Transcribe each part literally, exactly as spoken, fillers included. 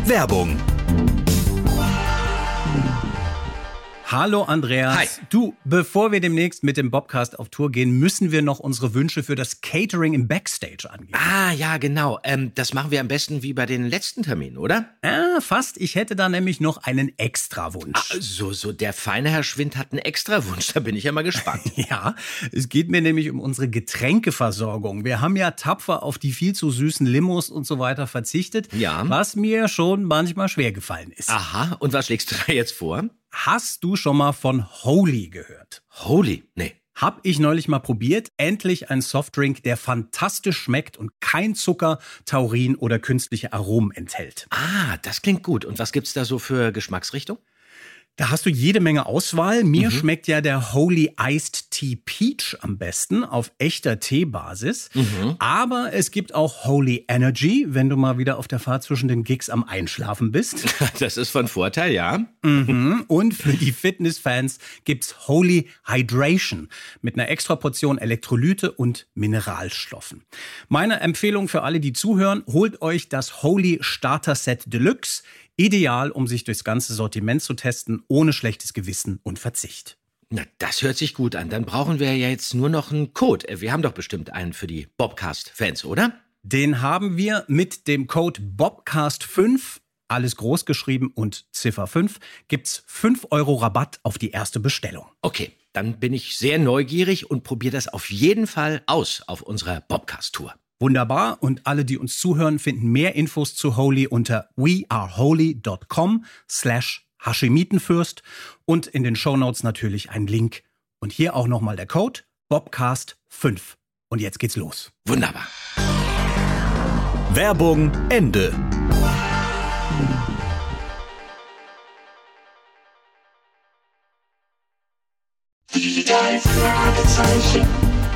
Werbung. Hallo Andreas. Hi. Du, bevor wir demnächst mit dem Bobcast auf Tour gehen, müssen wir noch unsere Wünsche für das Catering im Backstage angeben. Ah, ja, genau. Ähm, das machen wir am besten wie bei den letzten Terminen, oder? Ah, fast. Ich hätte da nämlich noch einen Extrawunsch. Ah, so, so, der feine Herr Schwind hat einen Extrawunsch. Da bin ich ja mal gespannt. Ja, es geht mir nämlich um unsere Getränkeversorgung. Wir haben ja tapfer auf die viel zu süßen Limos und so weiter verzichtet, Ja. was mir schon manchmal schwer gefallen ist. Aha, und was schlägst du da jetzt vor? Hast du schon mal von Holy gehört? Holy, nee. Hab ich neulich mal probiert. Endlich ein Softdrink, der fantastisch schmeckt und kein Zucker, Taurin oder künstliche Aromen enthält. Ah, das klingt gut. Und was gibt's da so für Geschmacksrichtung? Da hast du jede Menge Auswahl. Mir Mhm. schmeckt ja der Holy Iced Tea Peach am besten auf echter Teebasis. Mhm. Aber es gibt auch Holy Energy, wenn du mal wieder auf der Fahrt zwischen den Gigs am Einschlafen bist. Das ist von Vorteil, ja. Mhm. Und für die Fitnessfans gibt's Holy Hydration mit einer extra Portion Elektrolyte und Mineralstoffen. Meine Empfehlung für alle, die zuhören, holt euch das Holy Starter Set Deluxe. Ideal, um sich durchs ganze Sortiment zu testen, ohne schlechtes Gewissen und Verzicht. Na, das hört sich gut an. Dann brauchen wir ja jetzt nur noch einen Code. Wir haben doch bestimmt einen für die Bobcast-Fans, oder? Den haben wir mit dem Code Bobcast fünf, alles groß geschrieben und Ziffer fünf, gibt's fünf Euro Rabatt auf die erste Bestellung. Okay, dann bin ich sehr neugierig und probiere das auf jeden Fall aus auf unserer Bobcast-Tour. Wunderbar. Und alle, die uns zuhören, finden mehr Infos zu Holy unter weareholy.com slash Haschemitenfürst und in den Shownotes natürlich ein Link. Und hier auch nochmal der Code Bobcast fünf. Und jetzt geht's los. Wunderbar. Werbung Ende. Die drei Fragezeichen.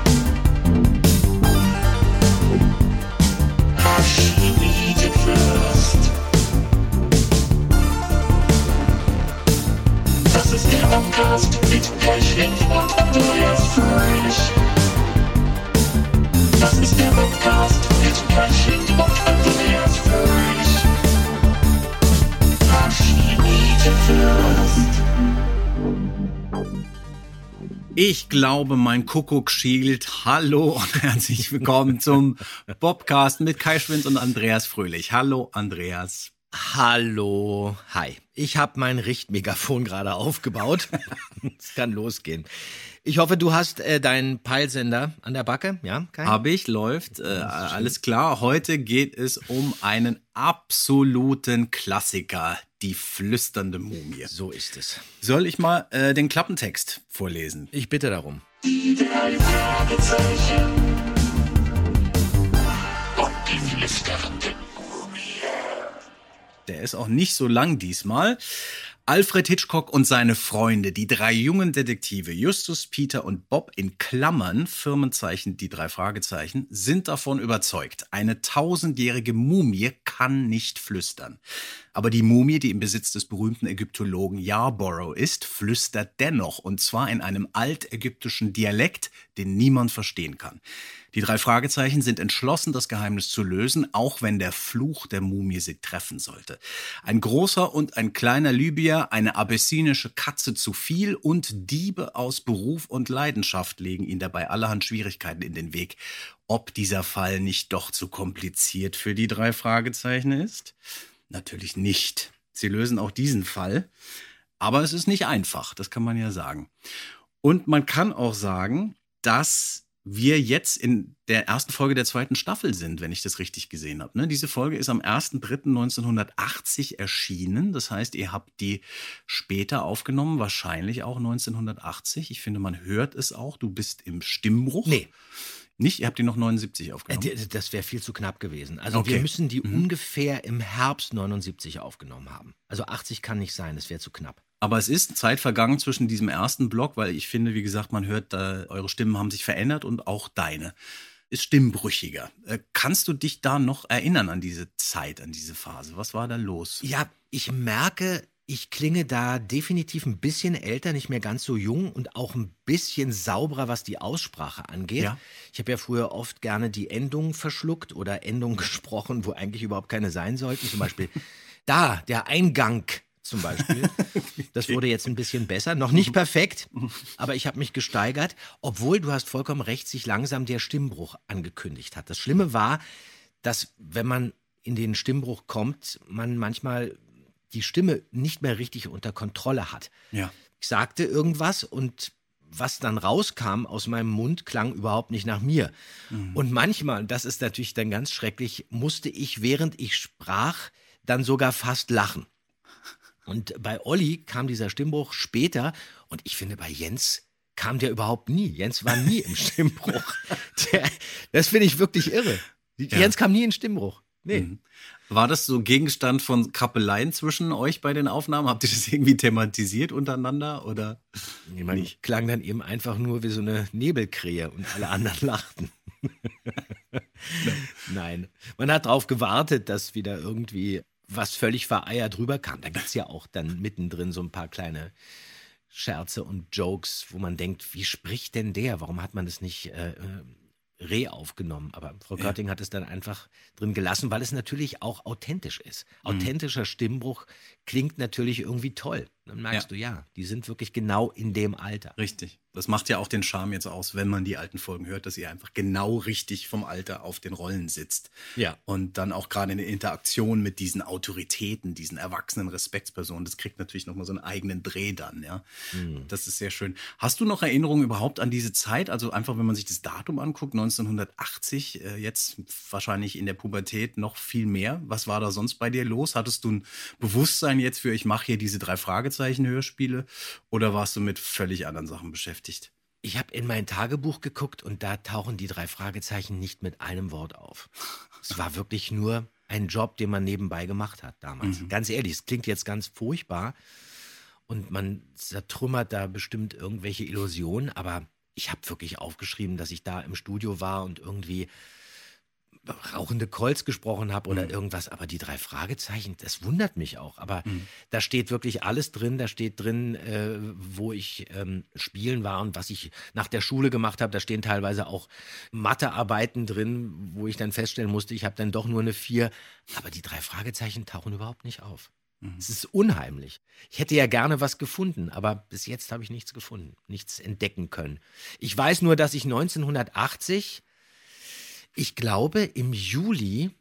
Haschemitenfürst. Das ist der Bobcast mit Kai Schwind und Andreas Fröhlich. Das ist der Bobcast mit Kai Schwind und Andreas Fröhlich. Haschemitenfürst. Ich glaube, mein Kuckuck schielt. Hallo und herzlich willkommen zum Bobcast mit Kai Schwind und Andreas Fröhlich. Hallo, Andreas. Hallo, hi. Ich habe mein Richtmegafon gerade aufgebaut. Es kann losgehen. Ich hoffe, du hast äh, deinen Peilsender an der Backe, ja? Kai? Hab ich, läuft. Äh, alles klar. Heute geht es um einen absoluten Klassiker, die flüsternde Mumie. So ist es. Soll ich mal äh, den Klappentext vorlesen? Ich bitte darum. Die drei Fragezeichen. Und die flüsternden Mumie. Der ist auch nicht so lang diesmal. Alfred Hitchcock und seine Freunde, die drei jungen Detektive Justus, Peter und Bob in Klammern, Firmenzeichen die drei Fragezeichen, sind davon überzeugt, eine tausendjährige Mumie kann nicht flüstern. Aber die Mumie, die im Besitz des berühmten Ägyptologen Yarborough ist, flüstert dennoch, und zwar in einem altägyptischen Dialekt, den niemand verstehen kann. Die drei Fragezeichen sind entschlossen, das Geheimnis zu lösen, auch wenn der Fluch der Mumie sie treffen sollte. Ein großer und ein kleiner Libyer, eine abessinische Katze zu viel und Diebe aus Beruf und Leidenschaft legen ihnen dabei allerhand Schwierigkeiten in den Weg. Ob dieser Fall nicht doch zu kompliziert für die drei Fragezeichen ist? Natürlich nicht. Sie lösen auch diesen Fall. Aber es ist nicht einfach, das kann man ja sagen. Und man kann auch sagen, dass wir jetzt in der ersten Folge der zweiten Staffel sind, wenn ich das richtig gesehen habe. Ne? Diese Folge ist am erster dritter neunzehnhundertachtzig erschienen. Das heißt, ihr habt die später aufgenommen, wahrscheinlich auch neunzehnhundertachtzig. Ich finde, man hört es auch. Du bist im Stimmbruch. Nee. Nicht? Ihr habt die noch neunundsiebzig Äh, aufgenommen. die- Das wäre viel zu knapp gewesen. Also Okay. wir müssen die Mhm. ungefähr im Herbst neunundsiebzig aufgenommen haben. Also achtzig kann nicht sein, das wäre zu knapp. Aber es ist Zeit vergangen zwischen diesem ersten Block, weil ich finde, wie gesagt, man hört, da, eure Stimmen haben sich verändert und auch deine ist stimmbrüchiger. Äh, kannst du dich da noch erinnern an diese Zeit, an diese Phase? Was war da los? Ja, ich merke, Ich klinge da definitiv ein bisschen älter, nicht mehr ganz so jung und auch ein bisschen sauberer, was die Aussprache angeht. Ja. Ich habe ja früher oft gerne die Endungen verschluckt oder Endungen gesprochen, wo eigentlich überhaupt keine sein sollten. Zum Beispiel da, der Eingang zum Beispiel. Das wurde jetzt ein bisschen besser. Noch nicht perfekt, aber ich habe mich gesteigert. Obwohl, du hast vollkommen recht, sich langsam der Stimmbruch angekündigt hat. Das Schlimme war, dass wenn man in den Stimmbruch kommt, man manchmal die Stimme nicht mehr richtig unter Kontrolle hat. Ja. Ich sagte irgendwas und was dann rauskam aus meinem Mund, klang überhaupt nicht nach mir. Mhm. Und manchmal, das ist natürlich dann ganz schrecklich, musste ich, während ich sprach, dann sogar fast lachen. Und bei Olli kam dieser Stimmbruch später und ich finde, bei Jens kam der überhaupt nie. Jens war nie im Stimmbruch. Der, das finde ich wirklich irre. Ja. Jens kam nie in Stimmbruch. Nee. Mhm. War das so Gegenstand von Krappeleien zwischen euch bei den Aufnahmen? Habt ihr das irgendwie thematisiert untereinander oder Nee, man nicht? klang dann eben einfach nur wie so eine Nebelkrähe und alle anderen lachten. Nein, man hat darauf gewartet, dass wieder irgendwie was völlig vereiert rüberkam. Da gibt es ja auch dann mittendrin so ein paar kleine Scherze und Jokes, wo man denkt, wie spricht denn der? Warum hat man das nicht äh, re aufgenommen? Aber Frau Ja. Körting hat es dann einfach drin gelassen, weil es natürlich auch authentisch ist. Authentischer Stimmbruch klingt natürlich irgendwie toll. Dann merkst Ja. du, ja, die sind wirklich genau in dem Alter. Richtig. Das macht ja auch den Charme jetzt aus, wenn man die alten Folgen hört, dass ihr einfach genau richtig vom Alter auf den Rollen sitzt. Ja. Und dann auch gerade in der Interaktion mit diesen Autoritäten, diesen erwachsenen Respektspersonen, das kriegt natürlich nochmal so einen eigenen Dreh dann, ja. Das ist sehr schön. Hast du noch Erinnerungen überhaupt an diese Zeit? Also einfach, wenn man sich das Datum anguckt, neunzehnhundertachtzig, äh, jetzt wahrscheinlich in der Pubertät noch viel mehr. Was war da sonst bei dir los? Hattest du ein Bewusstsein jetzt für, ich mache hier diese drei Fragezeichen-Hörspiele oder warst du mit völlig anderen Sachen beschäftigt? Ich habe in mein Tagebuch geguckt und da tauchen die drei Fragezeichen nicht mit einem Wort auf. Es war wirklich nur ein Job, den man nebenbei gemacht hat damals. Ganz ehrlich, es klingt jetzt ganz furchtbar und man zertrümmert da bestimmt irgendwelche Illusionen, aber ich habe wirklich aufgeschrieben, dass ich da im Studio war und irgendwie rauchende Colts gesprochen habe oder irgendwas, aber die drei Fragezeichen, das wundert mich auch. Aber da steht wirklich alles drin, da steht drin, äh, wo ich ähm, spielen war und was ich nach der Schule gemacht habe. Da stehen teilweise auch Mathearbeiten drin, wo ich dann feststellen musste, ich habe dann doch nur eine vier. Aber die drei Fragezeichen tauchen überhaupt nicht auf. Es ist unheimlich. Ich hätte ja gerne was gefunden, aber bis jetzt habe ich nichts gefunden, nichts entdecken können. Ich weiß nur, dass ich neunzehnhundertachtzig, ich glaube, im Juli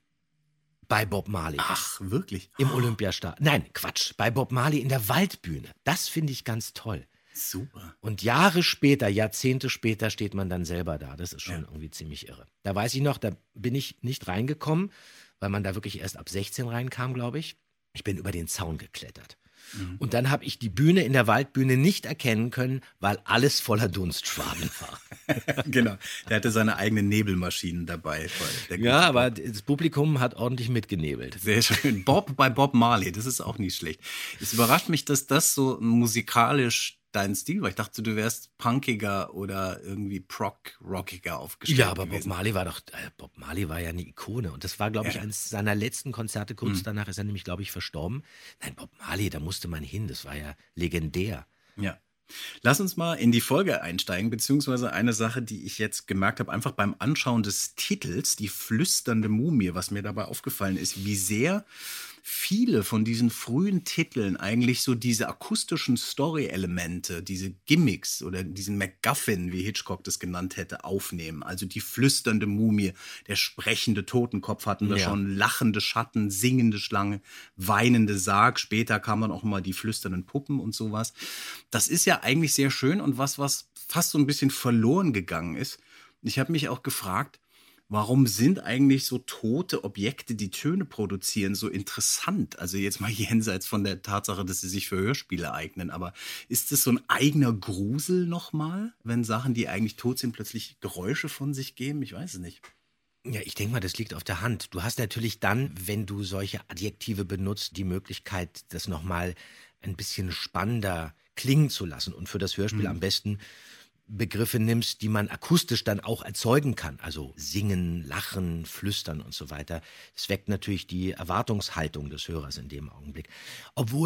bei Bob Marley war. Ach, wirklich? Im Olympiastadion. Nein, Quatsch, bei Bob Marley in der Waldbühne. Das finde ich ganz toll. Super. Und Jahre später, Jahrzehnte später steht man dann selber da. Das ist schon Ja. irgendwie ziemlich irre. Da weiß ich noch, da bin ich nicht reingekommen, weil man da wirklich erst ab sechzehn reinkam, glaube ich. Ich bin über den Zaun geklettert. Und dann habe ich die Bühne in der Waldbühne nicht erkennen können, weil alles voller Dunstschwaden war. Genau. Der hatte seine eigenen Nebelmaschinen dabei. Der gute Ja, Bob. aber das Publikum hat ordentlich mitgenebelt. Sehr schön. Bob bei Bob Marley, das ist auch nicht schlecht. Es überrascht mich, dass das so musikalisch dein Stil war. Ich dachte, du wärst punkiger oder irgendwie prog-rockiger aufgestellt Ja, aber Bob gewesen. Marley war doch, äh, Bob Marley war ja eine Ikone und das war, glaube ich, Ja. eines seiner letzten Konzerte. Kurz danach ist er nämlich, glaube ich, verstorben. Nein, Bob Marley, da musste man hin, das war ja legendär. Ja. Lass uns mal in die Folge einsteigen, beziehungsweise eine Sache, die ich jetzt gemerkt habe, einfach beim Anschauen des Titels, die flüsternde Mumie, was mir dabei aufgefallen ist, wie sehr viele von diesen frühen Titeln eigentlich so diese akustischen Story-Elemente, diese Gimmicks oder diesen MacGuffin, wie Hitchcock das genannt hätte, aufnehmen. Also die flüsternde Mumie, der sprechende Totenkopf hatten wir Ja. schon, lachende Schatten, singende Schlange, weinende Sarg. Später kamen dann auch mal die flüsternden Puppen und sowas. Das ist ja eigentlich sehr schön und was, was fast so ein bisschen verloren gegangen ist. Ich habe mich auch gefragt, warum sind eigentlich so tote Objekte, die Töne produzieren, so interessant? Also jetzt mal jenseits von der Tatsache, dass sie sich für Hörspiele eignen. Aber ist das so ein eigener Grusel nochmal, wenn Sachen, die eigentlich tot sind, plötzlich Geräusche von sich geben? Ich weiß es nicht. Ja, ich denke mal, das liegt auf der Hand. Du hast natürlich dann, wenn du solche Adjektive benutzt, die Möglichkeit, das nochmal ein bisschen spannender klingen zu lassen und für das Hörspiel am besten Begriffe nimmst, die man akustisch dann auch erzeugen kann. Also singen, lachen, flüstern und so weiter. Es weckt natürlich die Erwartungshaltung des Hörers in dem Augenblick. Obwohl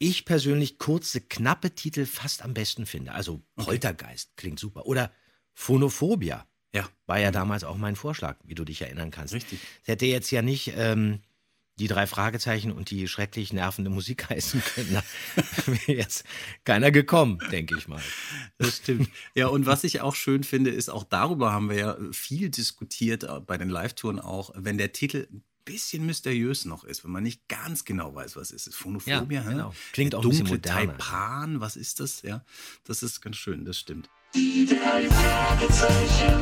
ich persönlich kurze, knappe Titel fast am besten finde. Also Poltergeist klingt super. Oder Phonophobia. Ja. War ja damals auch mein Vorschlag, wie du dich erinnern kannst. Richtig. Es hätte jetzt ja nicht ähm, die drei Fragezeichen und die schrecklich nervende Musik heißen können. Da wäre jetzt keiner gekommen, denke ich mal. Das stimmt. Ja, und was ich auch schön finde, ist, auch darüber haben wir ja viel diskutiert, äh, bei den Live-Touren auch, wenn der Titel ein bisschen mysteriös noch ist, wenn man nicht ganz genau weiß, was ist es. Phonophobia, Ja, hä? genau. Klingt Der auch ein bisschen dunkle moderner. Taipan, was ist das? Ja, das ist ganz schön, das stimmt. Die drei Fragezeichen.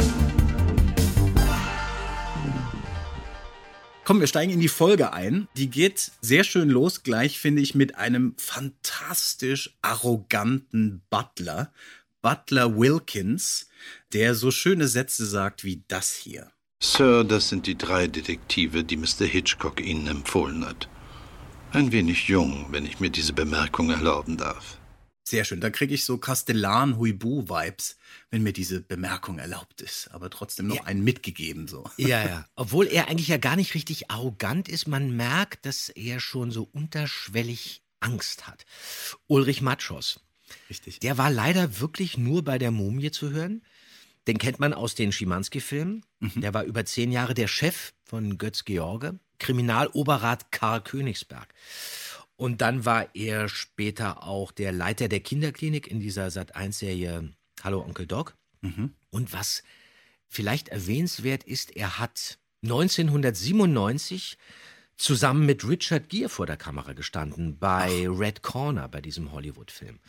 Komm, wir steigen in die Folge ein. Die geht sehr schön los, gleich finde ich, mit einem fantastisch arroganten Butler, Butler Wilkins, der so schöne Sätze sagt wie das hier. Sir, das sind die drei Detektive, die Mister Hitchcock Ihnen empfohlen hat. Ein wenig jung, wenn ich mir diese Bemerkung erlauben darf. Sehr schön, da kriege ich so Castellan-Huibu-Vibes, wenn mir diese Bemerkung erlaubt ist, aber trotzdem noch Ja. einen mitgegeben so. Ja, ja. Obwohl er eigentlich ja gar nicht richtig arrogant ist. Man merkt, dass er schon so unterschwellig Angst hat. Ulrich Matschos. Richtig. Der war leider wirklich nur bei der Mumie zu hören. Den kennt man aus den Schimanski-Filmen. Der war über zehn Jahre der Chef von Götz George, Kriminaloberrat Karl Königsberg. Und dann war er später auch der Leiter der Kinderklinik in dieser Sat eins Serie Hallo Onkel Doc. Und was vielleicht erwähnenswert ist, er hat neunzehnhundertsiebenundneunzig zusammen mit Richard Gere vor der Kamera gestanden bei Red Corner, bei diesem Hollywood-Film.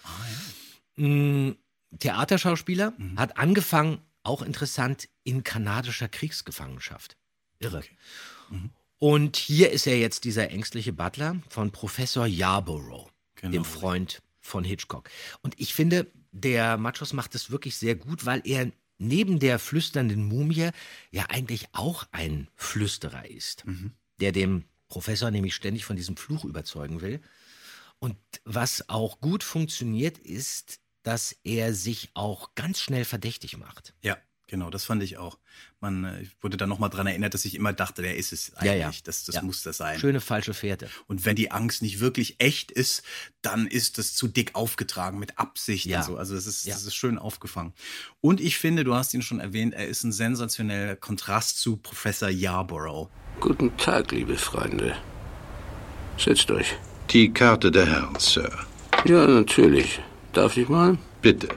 Mm, Theaterschauspieler, hat angefangen, auch interessant, in kanadischer Kriegsgefangenschaft. Irre. Und hier ist er jetzt dieser ängstliche Butler von Professor Yarborough, Genau. dem Freund von Hitchcock. Und ich finde, der Matschos macht es wirklich sehr gut, weil er neben der flüsternden Mumie ja eigentlich auch ein Flüsterer ist, der dem Professor nämlich ständig von diesem Fluch überzeugen will. Und was auch gut funktioniert, ist, dass er sich auch ganz schnell verdächtig macht. Ja, genau, das fand ich auch. Man äh, ich wurde dann nochmal dran erinnert, dass ich immer dachte, der ist es eigentlich. Ja, ja. Das, das Ja. muss das sein. Schöne falsche Fährte. Und wenn die Angst nicht wirklich echt ist, dann ist das zu dick aufgetragen mit Absicht Ja. und so. Also das ist, Ja. das ist schön aufgefangen. Und ich finde, du hast ihn schon erwähnt, er ist ein sensationeller Kontrast zu Professor Yarborough. Guten Tag, liebe Freunde. Setzt euch. Die Karte der Herren, Sir. Ja, natürlich. Darf ich mal? Bitte.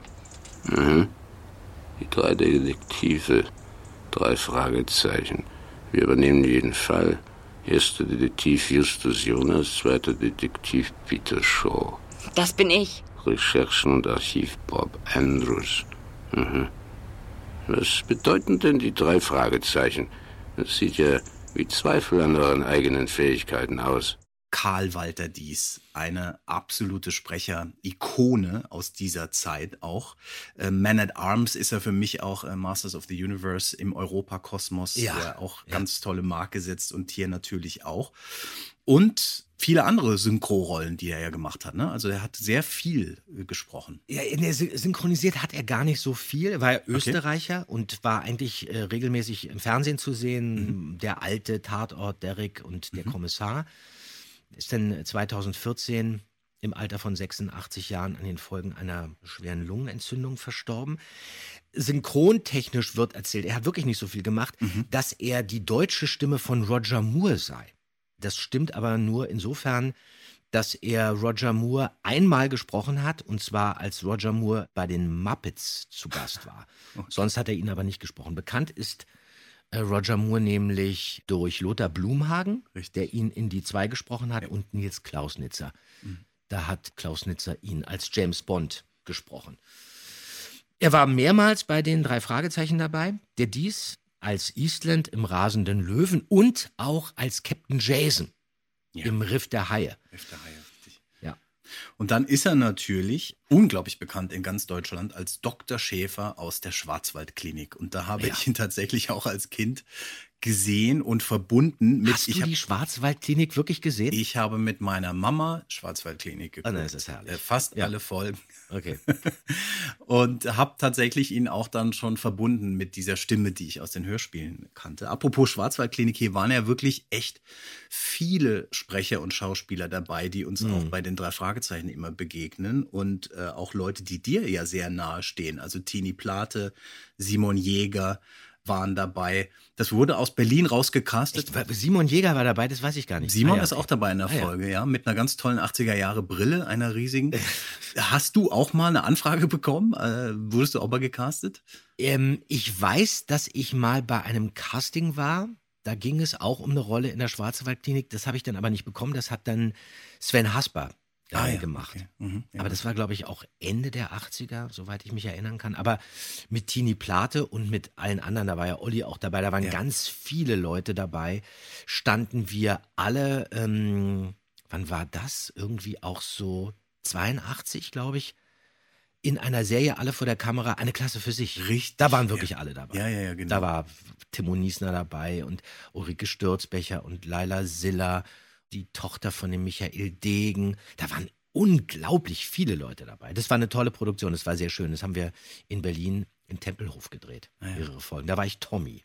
Die drei Detektive. Drei Fragezeichen. Wir übernehmen jeden Fall. Erster Detektiv Justus Jonas, zweiter Detektiv Peter Shaw. Das bin ich. Recherchen und Archiv Bob Andrews. Mhm. Was bedeuten denn die drei Fragezeichen? Das sieht ja wie Zweifel an euren eigenen Fähigkeiten aus. Karl Walter Dies, eine absolute Sprecher-Ikone aus dieser Zeit auch. Äh, Man at Arms ist er für mich auch, äh, Masters of the Universe im Europakosmos, Ja, der auch ja. ganz tolle Marke setzt und hier natürlich auch. Und viele andere Synchro-Rollen, die er ja gemacht hat. Ne? Also er hat sehr viel äh, gesprochen. Ja, in der Sy- synchronisiert hat er gar nicht so viel. Er war ja Österreicher und war eigentlich äh, regelmäßig im Fernsehen zu sehen. Der alte Tatort Derrick und der Kommissar. Ist dann zweitausendvierzehn im Alter von sechsundachtzig Jahren an den Folgen einer schweren Lungenentzündung verstorben. Synchrontechnisch wird erzählt, er hat wirklich nicht so viel gemacht, dass er die deutsche Stimme von Roger Moore sei. Das stimmt aber nur insofern, dass er Roger Moore einmal gesprochen hat, und zwar als Roger Moore bei den Muppets zu Gast war. Sonst hat er ihn aber nicht gesprochen. Bekannt ist äh, Roger Moore nämlich durch Lothar Blumhagen, Richtig. der ihn in Die Zwei gesprochen hat, und Nils Klausnitzer. Da hat Klausnitzer ihn als James Bond gesprochen. Er war mehrmals bei den drei Fragezeichen dabei, der Dies als Eastland im Rasenden Löwen und auch als Captain Jason Ja. im Riff der Haie. Riff der Haie, richtig. Ja. Und dann ist er natürlich unglaublich bekannt in ganz Deutschland als Doktor Schäfer aus der Schwarzwaldklinik. Und da habe Ja. ich ihn tatsächlich auch als Kind gesehen und verbunden mit... Hast du ich hab, die Schwarzwaldklinik wirklich gesehen? Ich habe mit meiner Mama Schwarzwaldklinik geguckt. Ah, nein, das ist herrlich. Äh, Fast Ja. alle Folgen. Okay. Und habe tatsächlich ihn auch dann schon verbunden mit dieser Stimme, die ich aus den Hörspielen kannte. Apropos Schwarzwaldklinik, hier waren ja wirklich echt viele Sprecher und Schauspieler dabei, die uns Mhm. auch bei den drei Fragezeichen immer begegnen und äh, auch Leute, die dir ja sehr nahe stehen. Also Tini Plate, Simon Jäger waren dabei. Das wurde aus Berlin rausgecastet. Echt? Simon Jäger war dabei, das weiß ich gar nicht. Simon Ah, ja, ist okay. auch dabei in der Ah, ja. Folge, ja, mit einer ganz tollen achtziger Jahre Brille, einer riesigen. Hast du auch mal eine Anfrage bekommen? Äh, wurdest du auch mal gecastet? Ähm, ich weiß, dass ich mal bei einem Casting war. Da ging es auch um eine Rolle in der Schwarzwaldklinik. Das habe ich dann aber nicht bekommen. Das hat dann Sven Hasper äh, Ah, ja, gemacht. okay. Mhm, ja. Aber das war, glaube ich, auch Ende der achtziger, soweit ich mich erinnern kann. Aber mit Tini Plate und mit allen anderen, da war ja Olli auch dabei, da waren Ja. ganz viele Leute dabei, standen wir alle, ähm, wann war das? Irgendwie auch so zweiundachtzig, glaube ich, in einer Serie, alle vor der Kamera, eine Klasse für sich. Richtig, Da waren wirklich ja. alle dabei. Ja, ja, ja, genau. Da war Timo Niesner dabei und Ulrike Stürzbecher und Laila Siller, die Tochter von dem Michael Degen. Da waren unglaublich viele Leute dabei. Das war eine tolle Produktion, das war sehr schön. Das haben wir in Berlin in Tempelhof gedreht, Ah, ja. mehrere Folgen. Da war ich Tommy.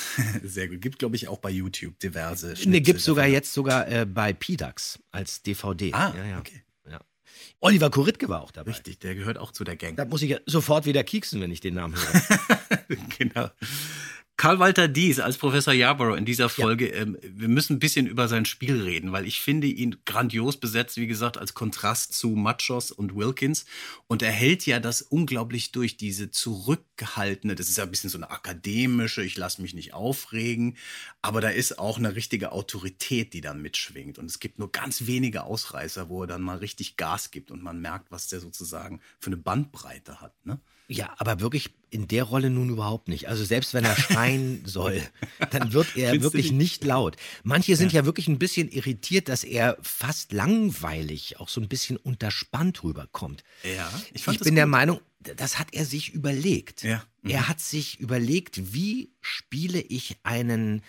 Sehr gut. Gibt, glaube ich, auch bei YouTube diverse Ne, Schnipsel gibt's sogar davon. jetzt sogar äh, bei P DAX als D V D. Ah, ja, ja. okay. Ja. Oliver Koritke war auch dabei. Richtig, der gehört auch zu der Gang. Da muss ich ja sofort wieder kieksen, wenn ich den Namen höre. Genau. Karl-Walter Dies als Professor Yarborough in dieser Folge, ähm, wir müssen ein bisschen über sein Spiel reden, weil ich finde ihn grandios besetzt, wie gesagt, als Kontrast zu Machos und Wilkins. Und er hält ja das unglaublich durch, diese zurückgehaltene, das ist ja ein bisschen so eine akademische, ich lasse mich nicht aufregen, aber da ist auch eine richtige Autorität, die dann mitschwingt. Und es gibt nur ganz wenige Ausreißer, wo er dann mal richtig Gas gibt und man merkt, was der sozusagen für eine Bandbreite hat, ne? Ja, aber wirklich in der Rolle nun überhaupt nicht. Also selbst wenn er schreien soll, dann wird er Findest du wirklich nicht? nicht laut. Manche sind ja. ja wirklich ein bisschen irritiert, dass er fast langweilig, auch so ein bisschen unterspannt rüberkommt. Ja, Ich, fand das bin der gut. Meinung, das hat er sich überlegt. Ja. Mhm. Er hat sich überlegt, wie spiele ich einen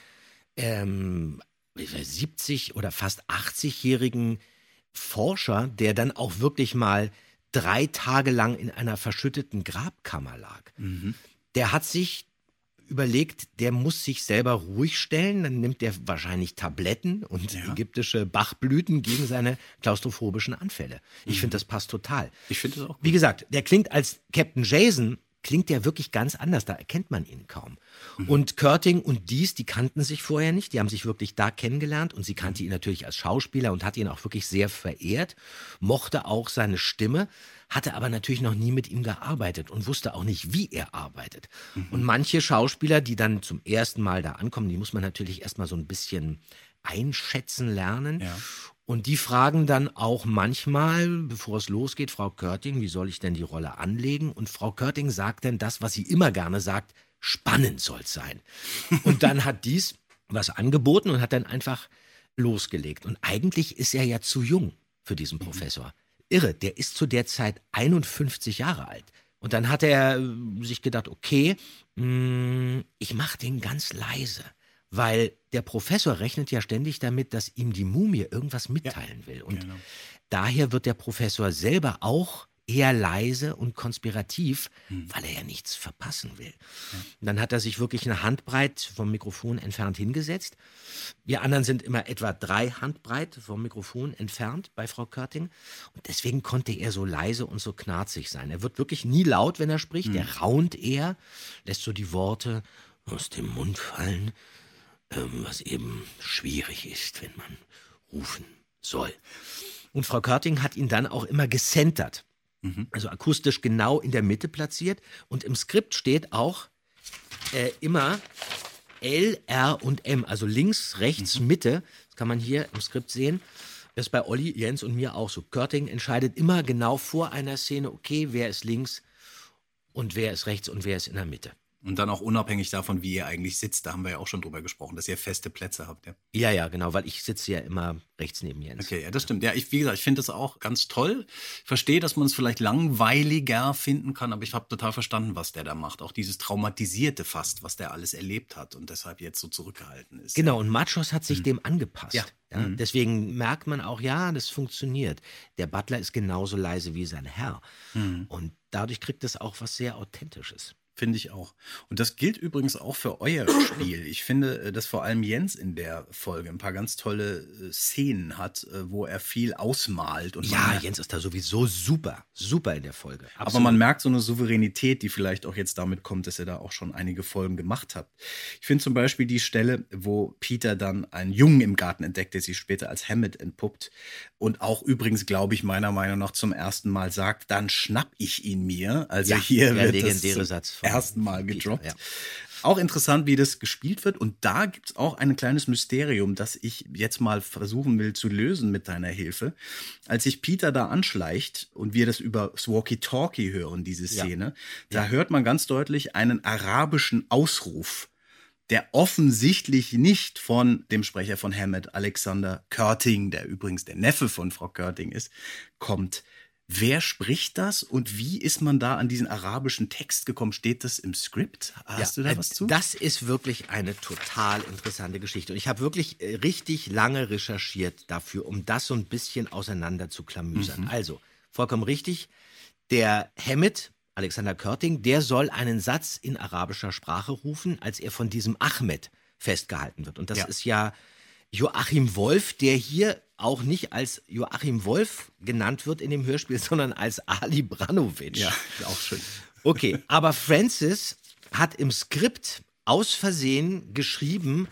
ähm, siebzig- oder fast achtzig-jährigen Forscher, der dann auch wirklich mal drei Tage lang in einer verschütteten Grabkammer lag. Mhm. Der hat sich überlegt, der muss sich selber ruhig stellen, dann nimmt er wahrscheinlich Tabletten und Ja. ägyptische Bachblüten gegen seine klaustrophobischen Anfälle. Ich finde, das passt total. Ich finde das auch gut. Wie gesagt, der klingt als Captain Jason, klingt der wirklich ganz anders, da erkennt man ihn kaum. Und Körting und Dies, die kannten sich vorher nicht, die haben sich wirklich da kennengelernt und sie kannte ihn natürlich als Schauspieler und hat ihn auch wirklich sehr verehrt, mochte auch seine Stimme, hatte aber natürlich noch nie mit ihm gearbeitet und wusste auch nicht, wie er arbeitet. Und manche Schauspieler, die dann zum ersten Mal da ankommen, die muss man natürlich erstmal so ein bisschen einschätzen lernen. Ja. Und die fragen dann auch manchmal, bevor es losgeht, Frau Körting, wie soll ich denn die Rolle anlegen? Und Frau Körting sagt dann das, was sie immer gerne sagt, spannend soll's sein. Und dann hat Dies was angeboten und hat dann einfach losgelegt. Und eigentlich ist er ja zu jung für diesen Professor. Irre, der ist zu der Zeit einundfünfzig Jahre alt. Und dann hat er äh, sich gedacht, okay, mh, ich mache den ganz leise. Weil der Professor rechnet ja ständig damit, dass ihm die Mumie irgendwas mitteilen will. Und genau. daher wird der Professor selber auch eher leise und konspirativ, weil er ja nichts verpassen will. Und dann hat er sich wirklich eine Handbreit vom Mikrofon entfernt hingesetzt. Wir anderen sind immer etwa drei Handbreit vom Mikrofon entfernt bei Frau Körting. Und deswegen konnte er so leise und so knarzig sein. Er wird wirklich nie laut, wenn er spricht. Er raunt eher, lässt so die Worte aus dem Mund fallen, ähm, was eben schwierig ist, wenn man rufen soll. Und Frau Körting hat ihn dann auch immer gecentert. Also akustisch genau in der Mitte platziert. Und im Skript steht auch äh, immer L, R und M, also links, rechts, Mitte. Das kann man hier im Skript sehen. Das ist bei Olli, Jens und mir auch so. Körting entscheidet immer genau vor einer Szene, okay, wer ist links und wer ist rechts und wer ist in der Mitte. Und dann auch unabhängig davon, wie ihr eigentlich sitzt, da haben wir ja auch schon drüber gesprochen, dass ihr feste Plätze habt. Ja, Ja, ja, genau, weil ich sitze ja immer rechts neben Jens. okay, ja, das stimmt. Ja, ich, wie gesagt, ich finde das auch ganz toll. Ich verstehe, dass man es vielleicht langweiliger finden kann, aber ich habe total verstanden, was der da macht. Auch dieses Traumatisierte fast, was der alles erlebt hat und deshalb jetzt so zurückgehalten ist. Genau, und Machos hat sich dem angepasst. Ja. Ja, Mhm. deswegen merkt man auch, ja, das funktioniert. Der Butler ist genauso leise wie sein Herr. Und dadurch kriegt es auch was sehr Authentisches. Finde ich auch. Und das gilt übrigens auch für euer Spiel. Ich finde, äh, dass vor allem Jens in der Folge ein paar ganz tolle äh, Szenen hat, äh, wo er viel ausmalt. Und Ja, man, Jens ist da sowieso super, super in der Folge. aber Absolut. man merkt so eine Souveränität, die vielleicht auch jetzt damit kommt, dass ihr da auch schon einige Folgen gemacht habt. Ich finde zum Beispiel die Stelle, wo Peter dann einen Jungen im Garten entdeckt, der sich später als Hammett entpuppt und auch übrigens, glaube ich, meiner Meinung nach zum ersten Mal sagt, dann schnapp ich ihn mir. Also Ja, hier der wird legendäre das Satz zum von ersten Mal Peter, gedroppt. ja. Auch interessant, wie das gespielt wird. Und da gibt es auch ein kleines Mysterium, das ich jetzt mal versuchen will zu lösen mit deiner Hilfe. Als sich Peter da anschleicht und wir das über das Walkie-Talkie hören, diese Szene, da hört man ganz deutlich einen arabischen Ausruf, der offensichtlich nicht von dem Sprecher von Hammett, Alexander Körting, der übrigens der Neffe von Frau Körting ist, kommt. Wer spricht das und wie ist man da an diesen arabischen Text gekommen? Steht das im Skript? Hast Ja, du da äh, was zu? Das ist wirklich eine total interessante Geschichte. Und ich habe wirklich äh, richtig lange recherchiert dafür, um das so ein bisschen auseinander zu klamüsern. Also, vollkommen richtig, der Hammett, Alexander Körting, der soll einen Satz in arabischer Sprache rufen, als er von diesem Ahmed festgehalten wird. Und das Ja. ist ja Joachim Wolf, der hier auch nicht als Joachim Wolf genannt wird in dem Hörspiel, sondern als Ali Branovic. Ja, auch schön. Okay, aber Francis hat im Skript aus Versehen geschrieben,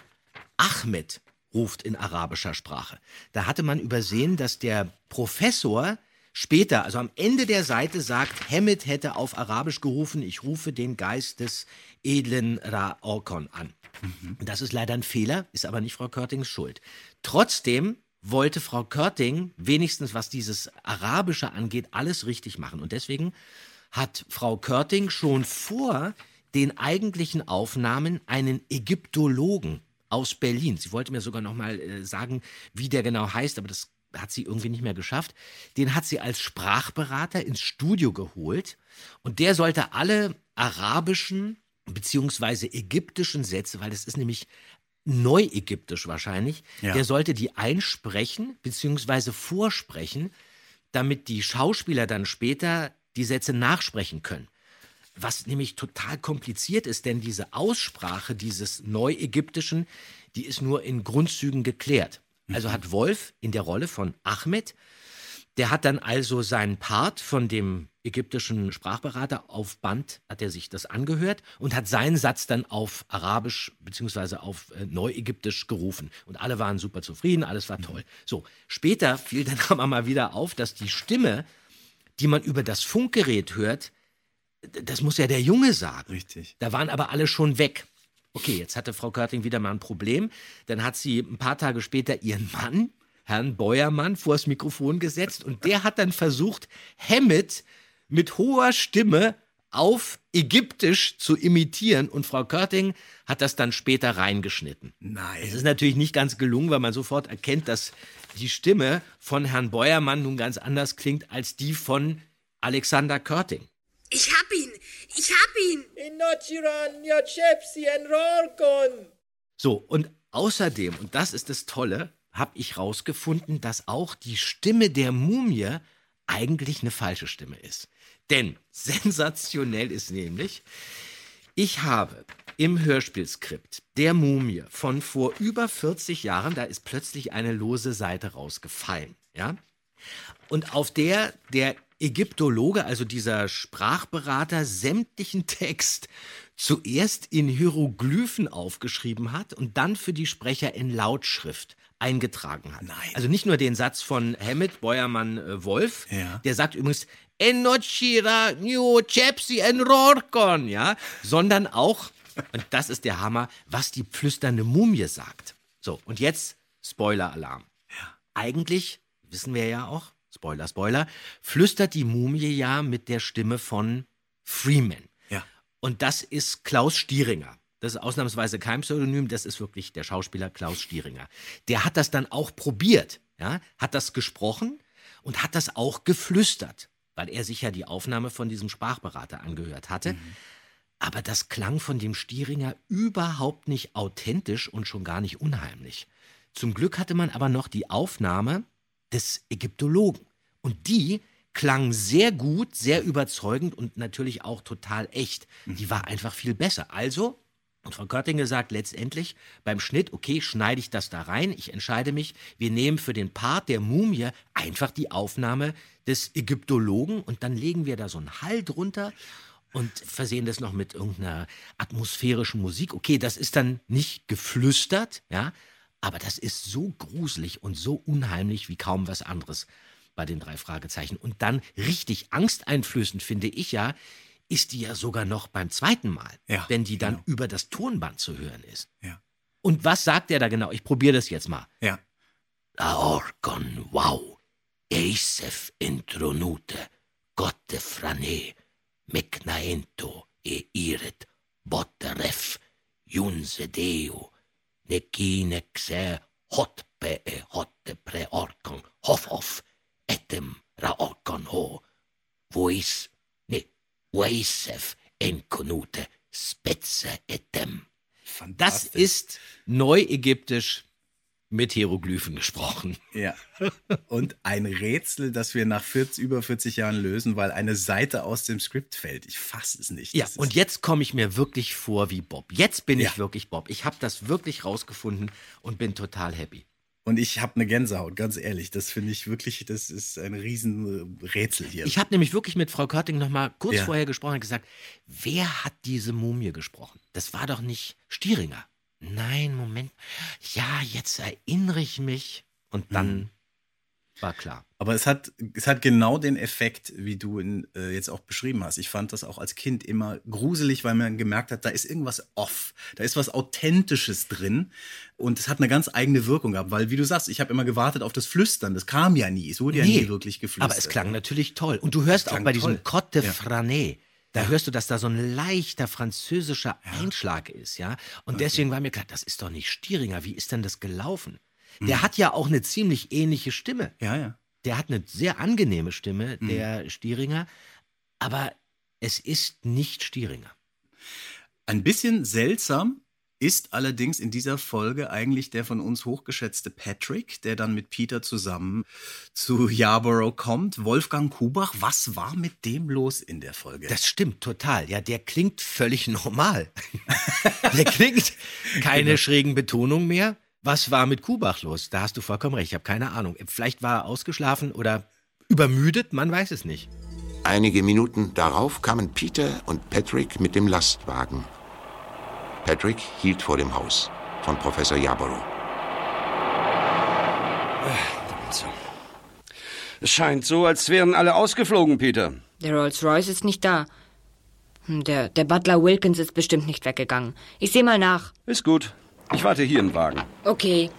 Ahmed ruft in arabischer Sprache. Da hatte man übersehen, dass der Professor später, also am Ende der Seite sagt, Hammett hätte auf Arabisch gerufen, ich rufe den Geist des edlen Ra-Orkon an. Das ist leider ein Fehler, ist aber nicht Frau Körtings Schuld. Trotzdem wollte Frau Körting wenigstens, was dieses Arabische angeht, alles richtig machen. Und deswegen hat Frau Körting schon vor den eigentlichen Aufnahmen einen Ägyptologen aus Berlin. Sie wollte mir sogar noch mal äh, sagen, wie der genau heißt, aber das hat sie irgendwie nicht mehr geschafft. Den hat sie als Sprachberater ins Studio geholt und der sollte alle arabischen beziehungsweise ägyptischen Sätze, weil das ist nämlich neuägyptisch wahrscheinlich, Ja. der sollte die einsprechen beziehungsweise vorsprechen, damit die Schauspieler dann später die Sätze nachsprechen können. Was nämlich total kompliziert ist, denn diese Aussprache dieses Neuägyptischen, die ist nur in Grundzügen geklärt. Also hat Wolf in der Rolle von Ahmed, der hat dann also seinen Part von dem ägyptischen Sprachberater auf Band, hat er sich das angehört und hat seinen Satz dann auf Arabisch beziehungsweise auf äh, Neuägyptisch gerufen. Und alle waren super zufrieden, alles war toll. So, später fiel dann aber mal wieder auf, dass die Stimme, die man über das Funkgerät hört, d- das muss ja der Junge sagen. Richtig. Da waren aber alle schon weg. Okay, jetzt hatte Frau Körting wieder mal ein Problem. Dann hat sie ein paar Tage später ihren Mann, Herrn Beuermann, vors Mikrofon gesetzt und der hat dann versucht, Hammett mit hoher Stimme auf Ägyptisch zu imitieren und Frau Körting hat das dann später reingeschnitten. Nein. Es ist natürlich nicht ganz gelungen, weil man sofort erkennt, dass die Stimme von Herrn Beuermann nun ganz anders klingt als die von Alexander Körting. Ich hab ihn! Ich hab ihn! So, und außerdem, und das ist das Tolle, habe ich rausgefunden, dass auch die Stimme der Mumie eigentlich eine falsche Stimme ist. Denn sensationell ist nämlich, ich habe im Hörspielskript der Mumie von vor über vierzig Jahren, da ist plötzlich eine lose Seite rausgefallen, ja? Und auf der der Ägyptologe, also dieser Sprachberater, sämtlichen Text zuerst in Hieroglyphen aufgeschrieben hat und dann für die Sprecher in Lautschrift eingetragen hat. Nein. Also nicht nur den Satz von Hammett, Beuermann, äh, Wolf, Ja. der sagt übrigens Enochira, New Chepsi, Enrorkon, ja, sondern auch, und das ist der Hammer, was die flüsternde Mumie sagt. So, und jetzt Spoiler-Alarm. Eigentlich, wissen wir ja auch, Spoiler, Spoiler, flüstert die Mumie ja mit der Stimme von Freeman. Ja. Und das ist Klaus Stieringer. Das ist ausnahmsweise kein Pseudonym, das ist wirklich der Schauspieler Klaus Stieringer. Der hat das dann auch probiert, ja, hat das gesprochen und hat das auch geflüstert, weil er sich ja die Aufnahme von diesem Sprachberater angehört hatte. Mhm. Aber das klang von dem Stieringer überhaupt nicht authentisch und schon gar nicht unheimlich. Zum Glück hatte man aber noch die Aufnahme des Ägyptologen. Und die klang sehr gut, sehr überzeugend und natürlich auch total echt. Die war einfach viel besser. Also, und Frau Körting sagt letztendlich beim Schnitt, okay, schneide ich das da rein, ich entscheide mich, wir nehmen für den Part der Mumie einfach die Aufnahme des Ägyptologen und dann legen wir da so einen Hall drunter und versehen das noch mit irgendeiner atmosphärischen Musik. Okay, das ist dann nicht geflüstert, ja, aber das ist so gruselig und so unheimlich wie kaum was anderes bei den drei Fragezeichen. Und dann richtig angsteinflößend, finde ich ja, ist die ja sogar noch beim zweiten Mal, ja, wenn die dann genau. über das Tonband zu hören ist. Ja. Und was sagt er da genau? Ich probiere das jetzt mal. Ja. Laorcon, wow, eisef entronute, gotte frane, meknaento e iret, botteref, junse deo, nekine xe, hotpe e hotte preorcon, hoff hoff, etem raorcon ho, vois, ne, voisef enkonute, spetze etem. Das ist neuägyptisch mit Hieroglyphen gesprochen. Ja. Und ein Rätsel, das wir nach vierzig, über vierzig Jahren lösen, weil eine Seite aus dem Skript fällt. Ich fasse es nicht. Ja, das und jetzt komme ich mir wirklich vor wie Bob. Jetzt bin ja. ich wirklich Bob. Ich habe das wirklich rausgefunden und bin total happy. Und ich habe eine Gänsehaut, ganz ehrlich. Das finde ich wirklich, das ist ein Riesenrätsel hier. Ich habe nämlich wirklich mit Frau Körting noch mal kurz ja. vorher gesprochen und gesagt, wer hat diese Mumie gesprochen? Das war doch nicht Stieringer. Nein, Moment. Ja, jetzt erinnere ich mich. Und dann hm. war klar. Aber es hat, es hat genau den Effekt, wie du ihn äh, jetzt auch beschrieben hast. Ich fand das auch als Kind immer gruselig, weil man gemerkt hat, da ist irgendwas off. Da ist was Authentisches drin. Und es hat eine ganz eigene Wirkung gehabt. Weil, wie du sagst, ich habe immer gewartet auf das Flüstern. Das kam ja nie. Es wurde nee, ja nie wirklich geflüstert. Aber es klang natürlich toll. Und du hörst auch bei diesem toll. Cotte ja. Frané, da ja. hörst du, dass da so ein leichter französischer ja. Einschlag ist. ja. Und okay. deswegen war mir klar, das ist doch nicht Stieringer. Wie ist denn das gelaufen? Der hm. hat ja auch eine ziemlich ähnliche Stimme. Ja, ja. Der hat eine sehr angenehme Stimme, der mhm. Stieringer, aber es ist nicht Stieringer. Ein bisschen seltsam ist allerdings in dieser Folge eigentlich der von uns hochgeschätzte Patrick, der dann mit Peter zusammen zu Yarborough kommt. Wolfgang Kubach, was war mit dem los in der Folge? Das stimmt total. Ja, der klingt völlig normal. Der klingt keine genau. schrägen Betonungen mehr. Was war mit Kubach los? Da hast du vollkommen recht, ich habe keine Ahnung. Vielleicht war er ausgeschlafen oder übermüdet, man weiß es nicht. Einige Minuten darauf kamen Peter und Patrick mit dem Lastwagen. Patrick hielt vor dem Haus von Professor Yarborough. Es scheint so, als wären alle ausgeflogen, Peter. Der Rolls-Royce ist nicht da. Der, der Butler Wilkins ist bestimmt nicht weggegangen. Ich sehe mal nach. Ist gut. Ich warte hier im Wagen. Okay.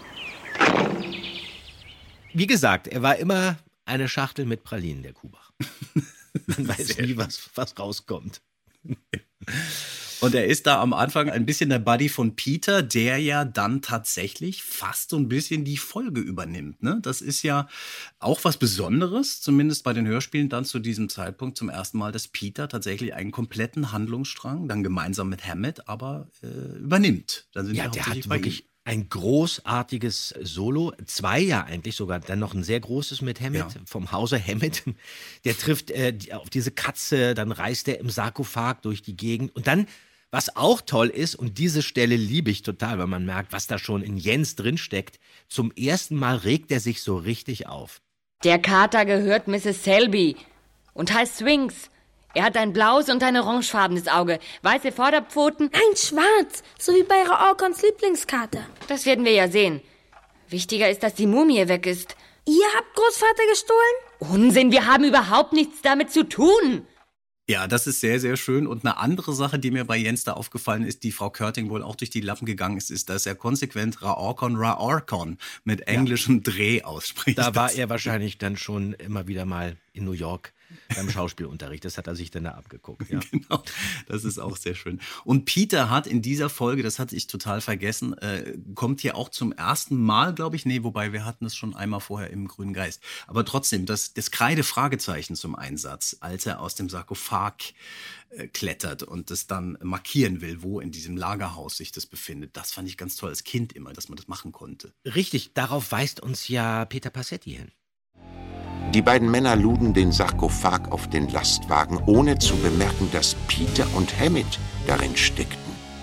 Wie gesagt, er war immer eine Schachtel mit Pralinen, der Kubach. Man weiß nie, was, was rauskommt. Und er ist da am Anfang ein bisschen der Buddy von Peter, der ja dann tatsächlich fast so ein bisschen die Folge übernimmt. Ne? Das ist ja auch was Besonderes, zumindest bei den Hörspielen dann zu diesem Zeitpunkt zum ersten Mal, dass Peter tatsächlich einen kompletten Handlungsstrang, dann gemeinsam mit Hammett, aber äh, übernimmt. Dann sind ja, wir der hat wirklich ein großartiges Solo, zwei ja eigentlich sogar, dann noch ein sehr großes mit Hammett, ja. vom Hause Hammett. Der trifft äh, auf diese Katze, dann reist er im Sarkophag durch die Gegend und dann, was auch toll ist, und diese Stelle liebe ich total, weil man merkt, was da schon in Jens drinsteckt, zum ersten Mal regt er sich so richtig auf. Der Kater gehört Misses Selby und heißt Swings. Er hat ein blaues und ein orangefarbenes Auge, weiße Vorderpfoten. Nein, schwarz, so wie bei Raorcons Lieblingskater. Das werden wir ja sehen. Wichtiger ist, dass die Mumie weg ist. Ihr habt Großvater gestohlen? Unsinn, wir haben überhaupt nichts damit zu tun. Ja, das ist sehr, sehr schön. Und eine andere Sache, die mir bei Jens da aufgefallen ist, die Frau Körting wohl auch durch die Lappen gegangen ist, ist, dass er konsequent Raorcon, Raorcon mit englischem ja. Dreh ausspricht. Da war er wahrscheinlich dann schon immer wieder mal in New York beim Schauspielunterricht. Das hat er sich dann da abgeguckt. Ja. Genau, das ist auch sehr schön. Und Peter hat in dieser Folge, das hatte ich total vergessen, äh, kommt hier auch zum ersten Mal, glaube ich, nee, wobei wir hatten es schon einmal vorher im Grünen Geist. Aber trotzdem, das, das Kreide-Fragezeichen zum Einsatz, als er aus dem Sarkophag äh, klettert und das dann markieren will, wo in diesem Lagerhaus sich das befindet. Das fand ich ganz toll als Kind immer, dass man das machen konnte. Richtig, darauf weist uns ja Peter Passetti hin. Die beiden Männer luden den Sarkophag auf den Lastwagen, ohne zu bemerken, dass Peter und Hammett darin steckten.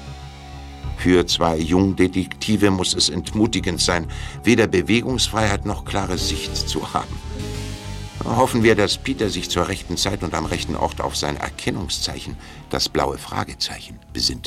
Für zwei Jungdetektive muss es entmutigend sein, weder Bewegungsfreiheit noch klare Sicht zu haben. Hoffen wir, dass Peter sich zur rechten Zeit und am rechten Ort auf sein Erkennungszeichen, das blaue Fragezeichen, besinnt.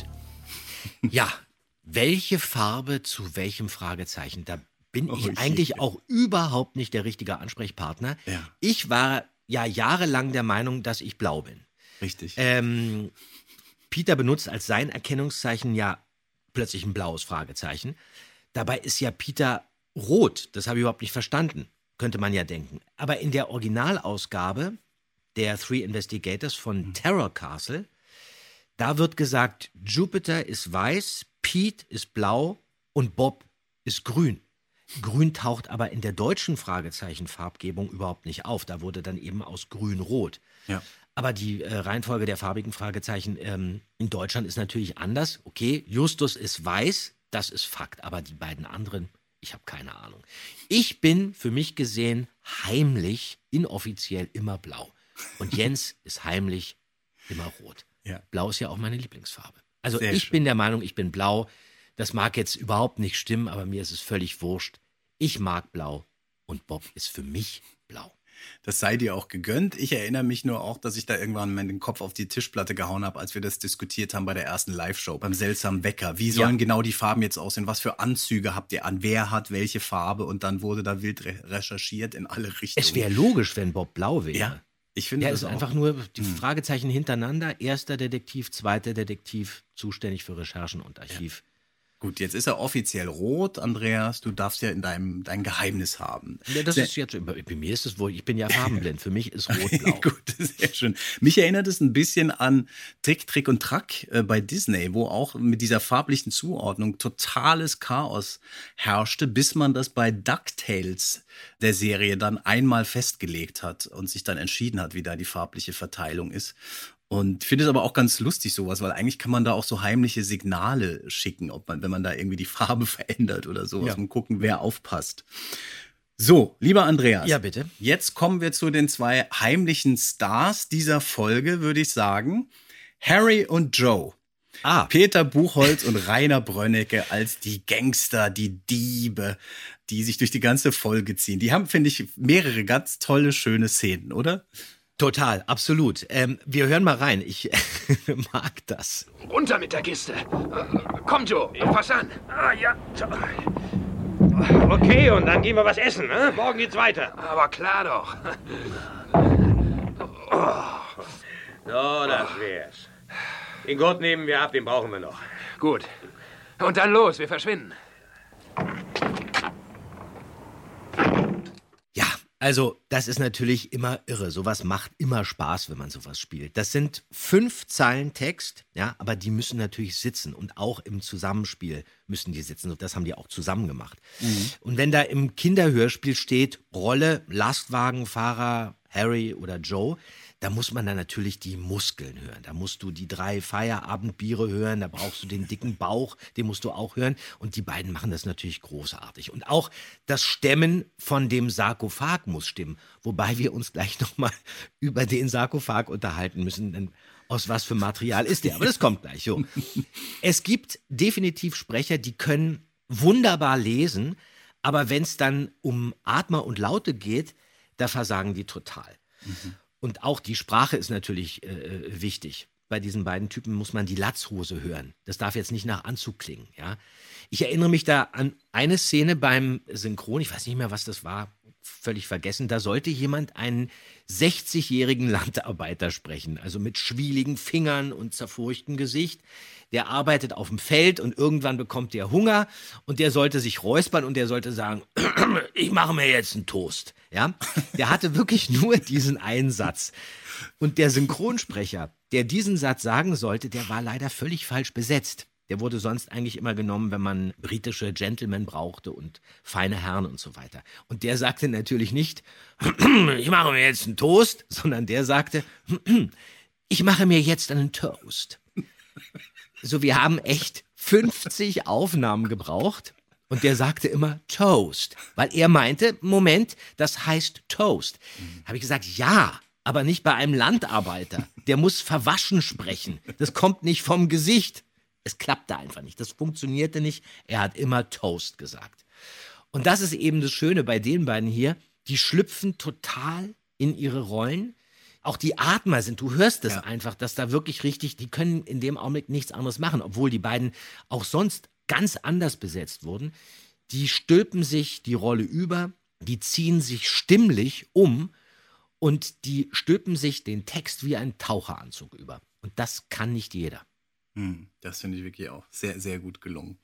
Ja, welche Farbe zu welchem Fragezeichen? Da bin ich Oh, eigentlich je. auch überhaupt nicht der richtige Ansprechpartner. Ja. Ich war ja jahrelang der Meinung, dass ich blau bin. Richtig. Ähm, Peter benutzt als sein Erkennungszeichen ja plötzlich ein blaues Fragezeichen. Dabei ist ja Peter rot. Das habe ich überhaupt nicht verstanden, könnte man ja denken. Aber in der Originalausgabe der Three Investigators von Terror Castle, da wird gesagt, Jupiter ist weiß, Pete ist blau und Bob ist grün. Grün taucht aber in der deutschen Fragezeichen-Farbgebung überhaupt nicht auf. Da wurde dann eben aus grün rot. Ja. Aber die äh, Reihenfolge der farbigen Fragezeichen ähm, in Deutschland ist natürlich anders. Okay, Justus ist weiß, das ist Fakt. Aber die beiden anderen, ich habe keine Ahnung. Ich bin für mich gesehen heimlich, inoffiziell immer blau. Und Jens ist heimlich immer rot. Ja. Blau ist ja auch meine Lieblingsfarbe. Also Sehr ich schön. bin der Meinung, ich bin blau. Das mag jetzt überhaupt nicht stimmen, aber mir ist es völlig wurscht. Ich mag blau und Bob ist für mich blau. Das sei dir auch gegönnt. Ich erinnere mich nur auch, dass ich da irgendwann mal den Kopf auf die Tischplatte gehauen habe, als wir das diskutiert haben bei der ersten Live-Show, beim seltsamen Wecker. Wie sollen Ja. genau die Farben jetzt aussehen? Was für Anzüge habt ihr an? Wer hat welche Farbe? Und dann wurde da wild re recherchiert in alle Richtungen. Es wäre logisch, wenn Bob blau wäre. Ja, ich finde Ja, das es ist auch. einfach nur die Fragezeichen hintereinander. Erster Detektiv, zweiter Detektiv, zuständig für Recherchen und Archiv. Gut, jetzt ist er offiziell rot, Andreas. Du darfst ja in deinem dein Geheimnis haben. Ja, das Sehr- ist jetzt, bei bei mir ist es wohl, ich bin ja farbenblind. Für mich ist rot-blau. Gut, sehr schön. Mich erinnert es ein bisschen an Trick, Trick und Track äh, bei Disney, wo auch mit dieser farblichen Zuordnung totales Chaos herrschte, bis man das bei DuckTales der Serie dann einmal festgelegt hat und sich dann entschieden hat, wie da die farbliche Verteilung ist. Und finde es aber auch ganz lustig sowas, weil eigentlich kann man da auch so heimliche Signale schicken, ob man, wenn man da irgendwie die Farbe verändert oder sowas, Ja. und gucken, wer aufpasst. So, lieber Andreas. Ja, bitte. Jetzt kommen wir zu den zwei heimlichen Stars dieser Folge, würde ich sagen. Harry und Joe. Ah, Peter Buchholz und Rainer Brönnecke als die Gangster, die Diebe, die sich durch die ganze Folge ziehen. Die haben, finde ich, mehrere ganz tolle, schöne Szenen, oder? total, absolut. Ähm, wir hören mal rein. Ich mag das. Runter mit der Kiste. Komm, Joe, pass an. Ah, ja. Okay, und dann gehen wir was essen, ne? Morgen geht's weiter. Aber klar doch. So, das wär's. Den Gurt nehmen wir ab, den brauchen wir noch. Gut. Und dann los, wir verschwinden. Ja, also das ist natürlich immer irre. Sowas macht immer Spaß, wenn man sowas spielt. Das sind fünf Zeilen Text, ja, aber die müssen natürlich sitzen und auch im Zusammenspiel müssen die sitzen. Und das haben die auch zusammen gemacht. Mhm. Und wenn da im Kinderhörspiel steht Rolle, Lastwagenfahrer, Harry oder Joe, da muss man dann natürlich die Muskeln hören. Da musst du die drei Feierabendbiere hören, da brauchst du den dicken Bauch, den musst du auch hören. Und die beiden machen das natürlich großartig. Und auch das Stemmen von dem Sarkophag muss stimmen. Wobei wir uns gleich nochmal über den Sarkophag unterhalten müssen. Denn aus was für Material ist der? Aber das kommt gleich. So. Es gibt definitiv Sprecher, die können wunderbar lesen. Aber wenn es dann um Atmer und Laute geht, da versagen die total. Mhm. Und auch die Sprache ist natürlich äh, wichtig. Bei diesen beiden Typen muss man die Latzhose hören. Das darf jetzt nicht nach Anzug klingen. Ja? Ich erinnere mich da an eine Szene beim Synchron, ich weiß nicht mehr, was das war, völlig vergessen. Da sollte jemand einen sechzigjährigen Landarbeiter sprechen, also mit schwieligen Fingern und zerfurchtem Gesicht. Der arbeitet auf dem Feld und irgendwann bekommt der Hunger und der sollte sich räuspern und der sollte sagen, ich mache mir jetzt einen Toast. Ja? Der hatte wirklich nur diesen einen Satz. Und der Synchronsprecher, der diesen Satz sagen sollte, der war leider völlig falsch besetzt. Der wurde sonst eigentlich immer genommen, wenn man britische Gentlemen brauchte und feine Herren und so weiter. Und der sagte natürlich nicht, ich mache mir jetzt einen Toast, sondern der sagte, ich mache mir jetzt einen Toast. So, wir haben echt fünfzig Aufnahmen gebraucht und der sagte immer Toast, weil er meinte, Moment, das heißt Toast. Mhm. Habe ich gesagt, ja, aber nicht bei einem Landarbeiter. Der muss verwaschen sprechen. Das kommt nicht vom Gesicht. Es klappte einfach nicht, das funktionierte nicht. Er hat immer Toast gesagt. Und das ist eben das Schöne bei den beiden hier. Die schlüpfen total in ihre Rollen. Auch die Atmer sind, du hörst es ja. einfach, dass da wirklich richtig, die können in dem Augenblick nichts anderes machen, obwohl die beiden auch sonst ganz anders besetzt wurden. Die stülpen sich die Rolle über, die ziehen sich stimmlich um und die stülpen sich den Text wie ein Taucheranzug über. Und das kann nicht jeder. Hm, das finde ich wirklich auch sehr, sehr gut gelungen.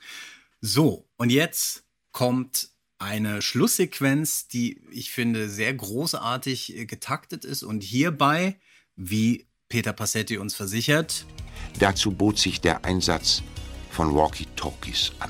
So, und jetzt kommt eine Schlusssequenz, die ich finde sehr großartig getaktet ist und hierbei, wie Peter Passetti uns versichert, dazu bot sich der Einsatz von Walkie-Talkies an.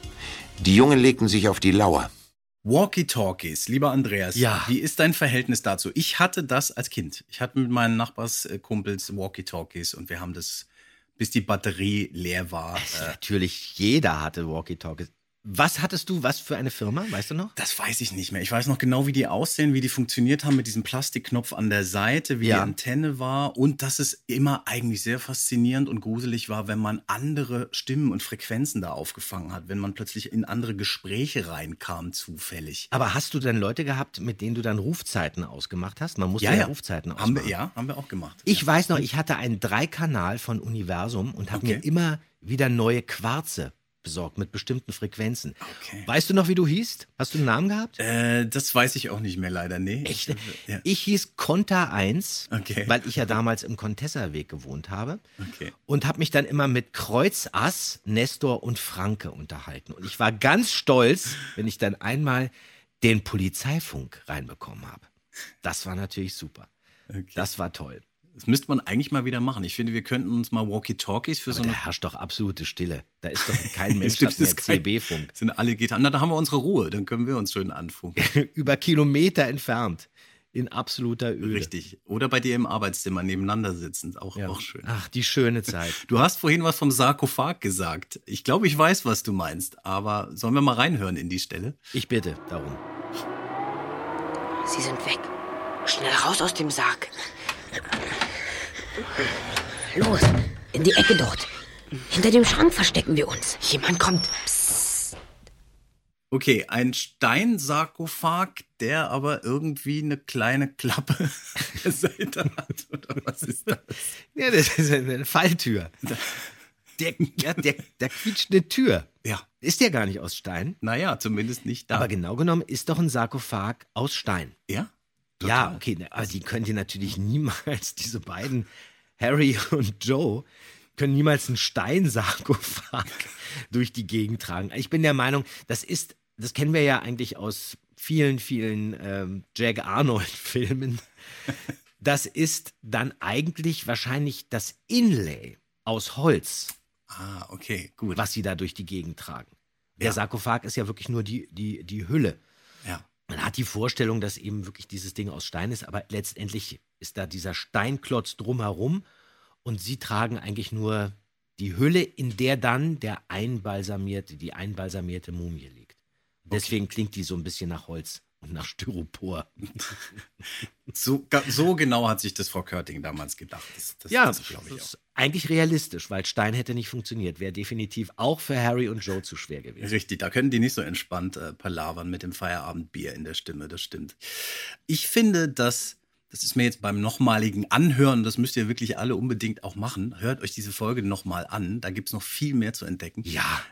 Die Jungen legten sich auf die Lauer. Walkie-Talkies, lieber Andreas, ja. Wie ist dein Verhältnis dazu? Ich hatte das als Kind. Ich hatte mit meinen Nachbarskumpels Walkie-Talkies und wir haben das, bis die Batterie leer war. Also, äh, natürlich, jeder hatte Walkie-Talkies. Was hattest du, was für eine Firma, weißt du noch? Das weiß ich nicht mehr. Ich weiß noch genau, wie die aussehen, wie die funktioniert haben mit diesem Plastikknopf an der Seite, wie ja. die Antenne war und dass es immer eigentlich sehr faszinierend und gruselig war, wenn man andere Stimmen und Frequenzen da aufgefangen hat, wenn man plötzlich in andere Gespräche reinkam, zufällig. Aber hast du denn Leute gehabt, mit denen du dann Rufzeiten ausgemacht hast? Man musste ja, ja, ja. Rufzeiten ausmachen. Haben wir, ja, haben wir auch gemacht. Ich ja. weiß noch, ich hatte einen Dreikanal von Universum und habe okay. mir immer wieder neue Quarze besorgt mit bestimmten Frequenzen. Okay. Weißt du noch, wie du hießt? Hast du einen Namen gehabt? Äh, das weiß ich auch nicht mehr leider, nee. Echt? Ja. Ich hieß Konta eins, okay. weil ich ja damals im Contessa-Weg gewohnt habe okay. und habe mich dann immer mit Kreuzass, Nestor und Franke unterhalten. Und ich war ganz stolz, wenn ich dann einmal den Polizeifunk reinbekommen habe. Das war natürlich super. Okay. Das war toll. Das müsste man eigentlich mal wieder machen. Ich finde, wir könnten uns mal Walkie-Talkies für aber so eine... Da herrscht doch absolute Stille. Da ist doch kein Mensch mehr C B-Funk. Sind alle Gitarren. Na, da haben wir unsere Ruhe. Dann können wir uns schön anfunken. Über Kilometer entfernt. In absoluter Öde. Richtig. Oder bei dir im Arbeitszimmer nebeneinander sitzen. Auch, ja. auch schön. Ach, die schöne Zeit. Du hast vorhin was vom Sarkophag gesagt. Ich glaube, ich weiß, was du meinst. Aber sollen wir mal reinhören in die Stelle? Ich bitte darum. Sie sind weg. Schnell raus aus dem Sarg. Los, in die Ecke dort. Hinter dem Schrank verstecken wir uns. Jemand kommt. Psst. Okay, ein Steinsarkophag, der aber irgendwie eine kleine Klappe an der Seite hat. Oder was ist das? Ja, das ist eine Falltür. Der, ja, der, der quietscht eine Tür. Ja. Ist der gar nicht aus Stein? Naja, zumindest nicht da. Aber genau genommen ist doch ein Sarkophag aus Stein. Ja? Total. Ja, okay, aber die könnt ihr natürlich niemals, diese beiden, Harry und Joe, können niemals einen Steinsarkophag durch die Gegend tragen. Ich bin der Meinung, das ist, das kennen wir ja eigentlich aus vielen, vielen ähm, Jack Arnold-Filmen. Das ist dann eigentlich wahrscheinlich das Inlay aus Holz. Ah, okay, gut. Was sie da durch die Gegend tragen. Der ja. Sarkophag ist ja wirklich nur die, die, die Hülle. Ja. Man hat die Vorstellung, dass eben wirklich dieses Ding aus Stein ist, aber letztendlich ist da dieser Steinklotz drumherum und sie tragen eigentlich nur die Hülle, in der dann der einbalsamierte, die einbalsamierte Mumie liegt. Deswegen okay. klingt die so ein bisschen nach Holz und nach Styropor. So, so genau hat sich das Frau Körting damals gedacht. Das, das, ja, das, das ist eigentlich realistisch, weil Stein hätte nicht funktioniert. Wäre definitiv auch für Harry und Joe zu schwer gewesen. Richtig, da können die nicht so entspannt äh, palavern mit dem Feierabendbier in der Stimme, das stimmt. Ich finde, dass, das ist mir jetzt beim nochmaligen Anhören, das müsst ihr wirklich alle unbedingt auch machen, hört euch diese Folge nochmal an, da gibt es noch viel mehr zu entdecken. Ja.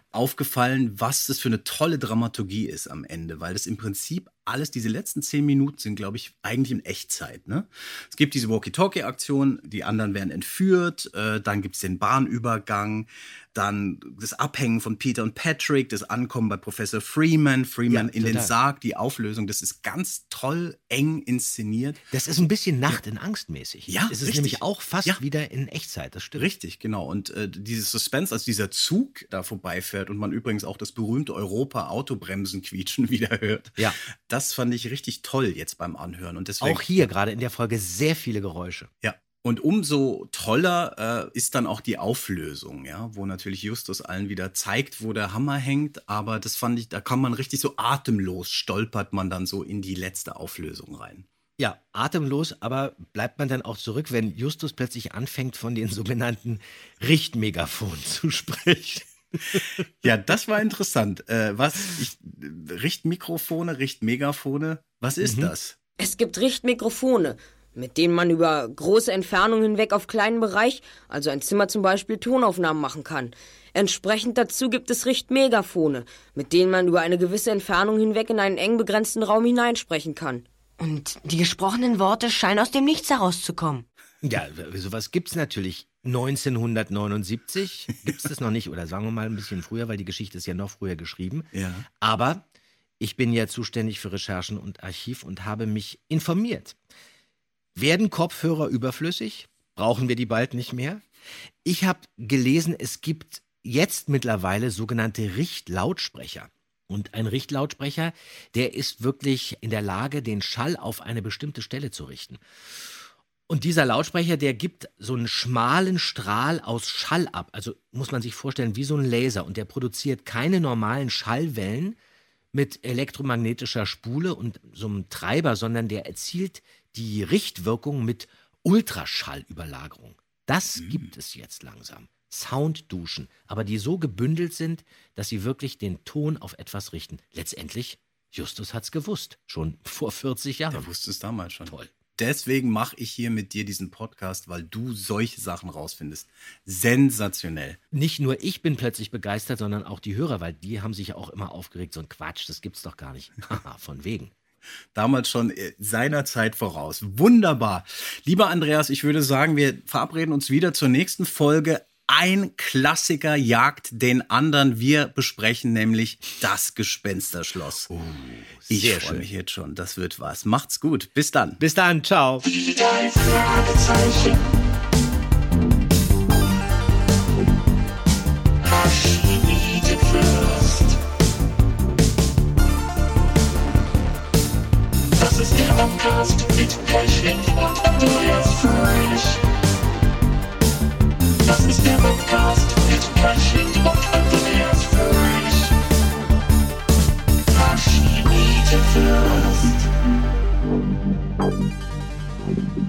aufgefallen, was das für eine tolle Dramaturgie ist am Ende, weil das im Prinzip alles, diese letzten zehn Minuten sind, glaube ich, eigentlich in Echtzeit. Ne? Es gibt diese Walkie-Talkie-Aktion, die anderen werden entführt, äh, dann gibt es den Bahnübergang, dann das Abhängen von Peter und Patrick, das Ankommen bei Professor Freeman, Freeman ja, in den Sarg, die Auflösung, das ist ganz toll, eng inszeniert. Das ist ein bisschen Nacht in Angst mäßig. Ja, es ist richtig. nämlich auch fast ja. wieder in Echtzeit, das stimmt. Richtig, genau. Und äh, dieses Suspense, als dieser Zug da vorbeifährt und man übrigens auch das berühmte Europa-Autobremsen quietschen wieder hört, ja. das fand ich richtig toll jetzt beim Anhören. Und deswegen, auch hier gerade in der Folge sehr viele Geräusche. Ja. Und umso toller äh, ist dann auch die Auflösung, ja, wo natürlich Justus allen wieder zeigt, wo der Hammer hängt. Aber das fand ich, da kann man richtig so atemlos, stolpert man dann so in die letzte Auflösung rein. Ja, atemlos, aber bleibt man dann auch zurück, wenn Justus plötzlich anfängt, von den sogenannten Richtmegafonen zu sprechen. Ja, das war interessant. Äh, was? Ich, Richtmikrofone, Richtmegafone, was ist mhm. das? Es gibt Richtmikrofone, mit denen man über große Entfernungen hinweg auf kleinen Bereich, also ein Zimmer zum Beispiel, Tonaufnahmen machen kann. Entsprechend dazu gibt es Richtmegafone, mit denen man über eine gewisse Entfernung hinweg in einen eng begrenzten Raum hineinsprechen kann. Und die gesprochenen Worte scheinen aus dem Nichts herauszukommen. Ja, sowas gibt's natürlich. neunzehnhundertneunundsiebzig gibt's das noch nicht, oder sagen wir mal ein bisschen früher, weil die Geschichte ist ja noch früher geschrieben. Ja. Aber ich bin ja zuständig für Recherchen und Archiv und habe mich informiert. Werden Kopfhörer überflüssig? Brauchen wir die bald nicht mehr? Ich habe gelesen, es gibt jetzt mittlerweile sogenannte Richtlautsprecher. Und ein Richtlautsprecher, der ist wirklich in der Lage, den Schall auf eine bestimmte Stelle zu richten. Und dieser Lautsprecher, der gibt so einen schmalen Strahl aus Schall ab. Also muss man sich vorstellen, wie so ein Laser. Und der produziert keine normalen Schallwellen mit elektromagnetischer Spule und so einem Treiber, sondern der erzielt die Richtwirkung mit Ultraschallüberlagerung. Das mhm. gibt es jetzt langsam. Soundduschen, aber die so gebündelt sind, dass sie wirklich den Ton auf etwas richten. Letztendlich, Justus hat's gewusst, schon vor vierzig Jahren. Der wusste es damals schon. Toll. Deswegen mache ich hier mit dir diesen Podcast, weil du solche Sachen rausfindest. Sensationell. Nicht nur ich bin plötzlich begeistert, sondern auch die Hörer, weil die haben sich ja auch immer aufgeregt. So ein Quatsch, das gibt's doch gar nicht. Haha, von wegen. Damals schon seiner Zeit voraus. Wunderbar. Lieber Andreas, ich würde sagen, wir verabreden uns wieder zur nächsten Folge. Ein Klassiker jagt den anderen. Wir besprechen nämlich das Gespensterschloss. Oh, ich freue mich jetzt schon. Das wird was. Macht's gut. Bis dann. Bis dann. Ciao. Die drei Fragezeichen. Schmiedefürst. Das ist der Podcast mit Pechling und Andreas Fröhlich. Das ist der Podcast mit Pechling und Andreas Fröhlich. Schmiedefürst.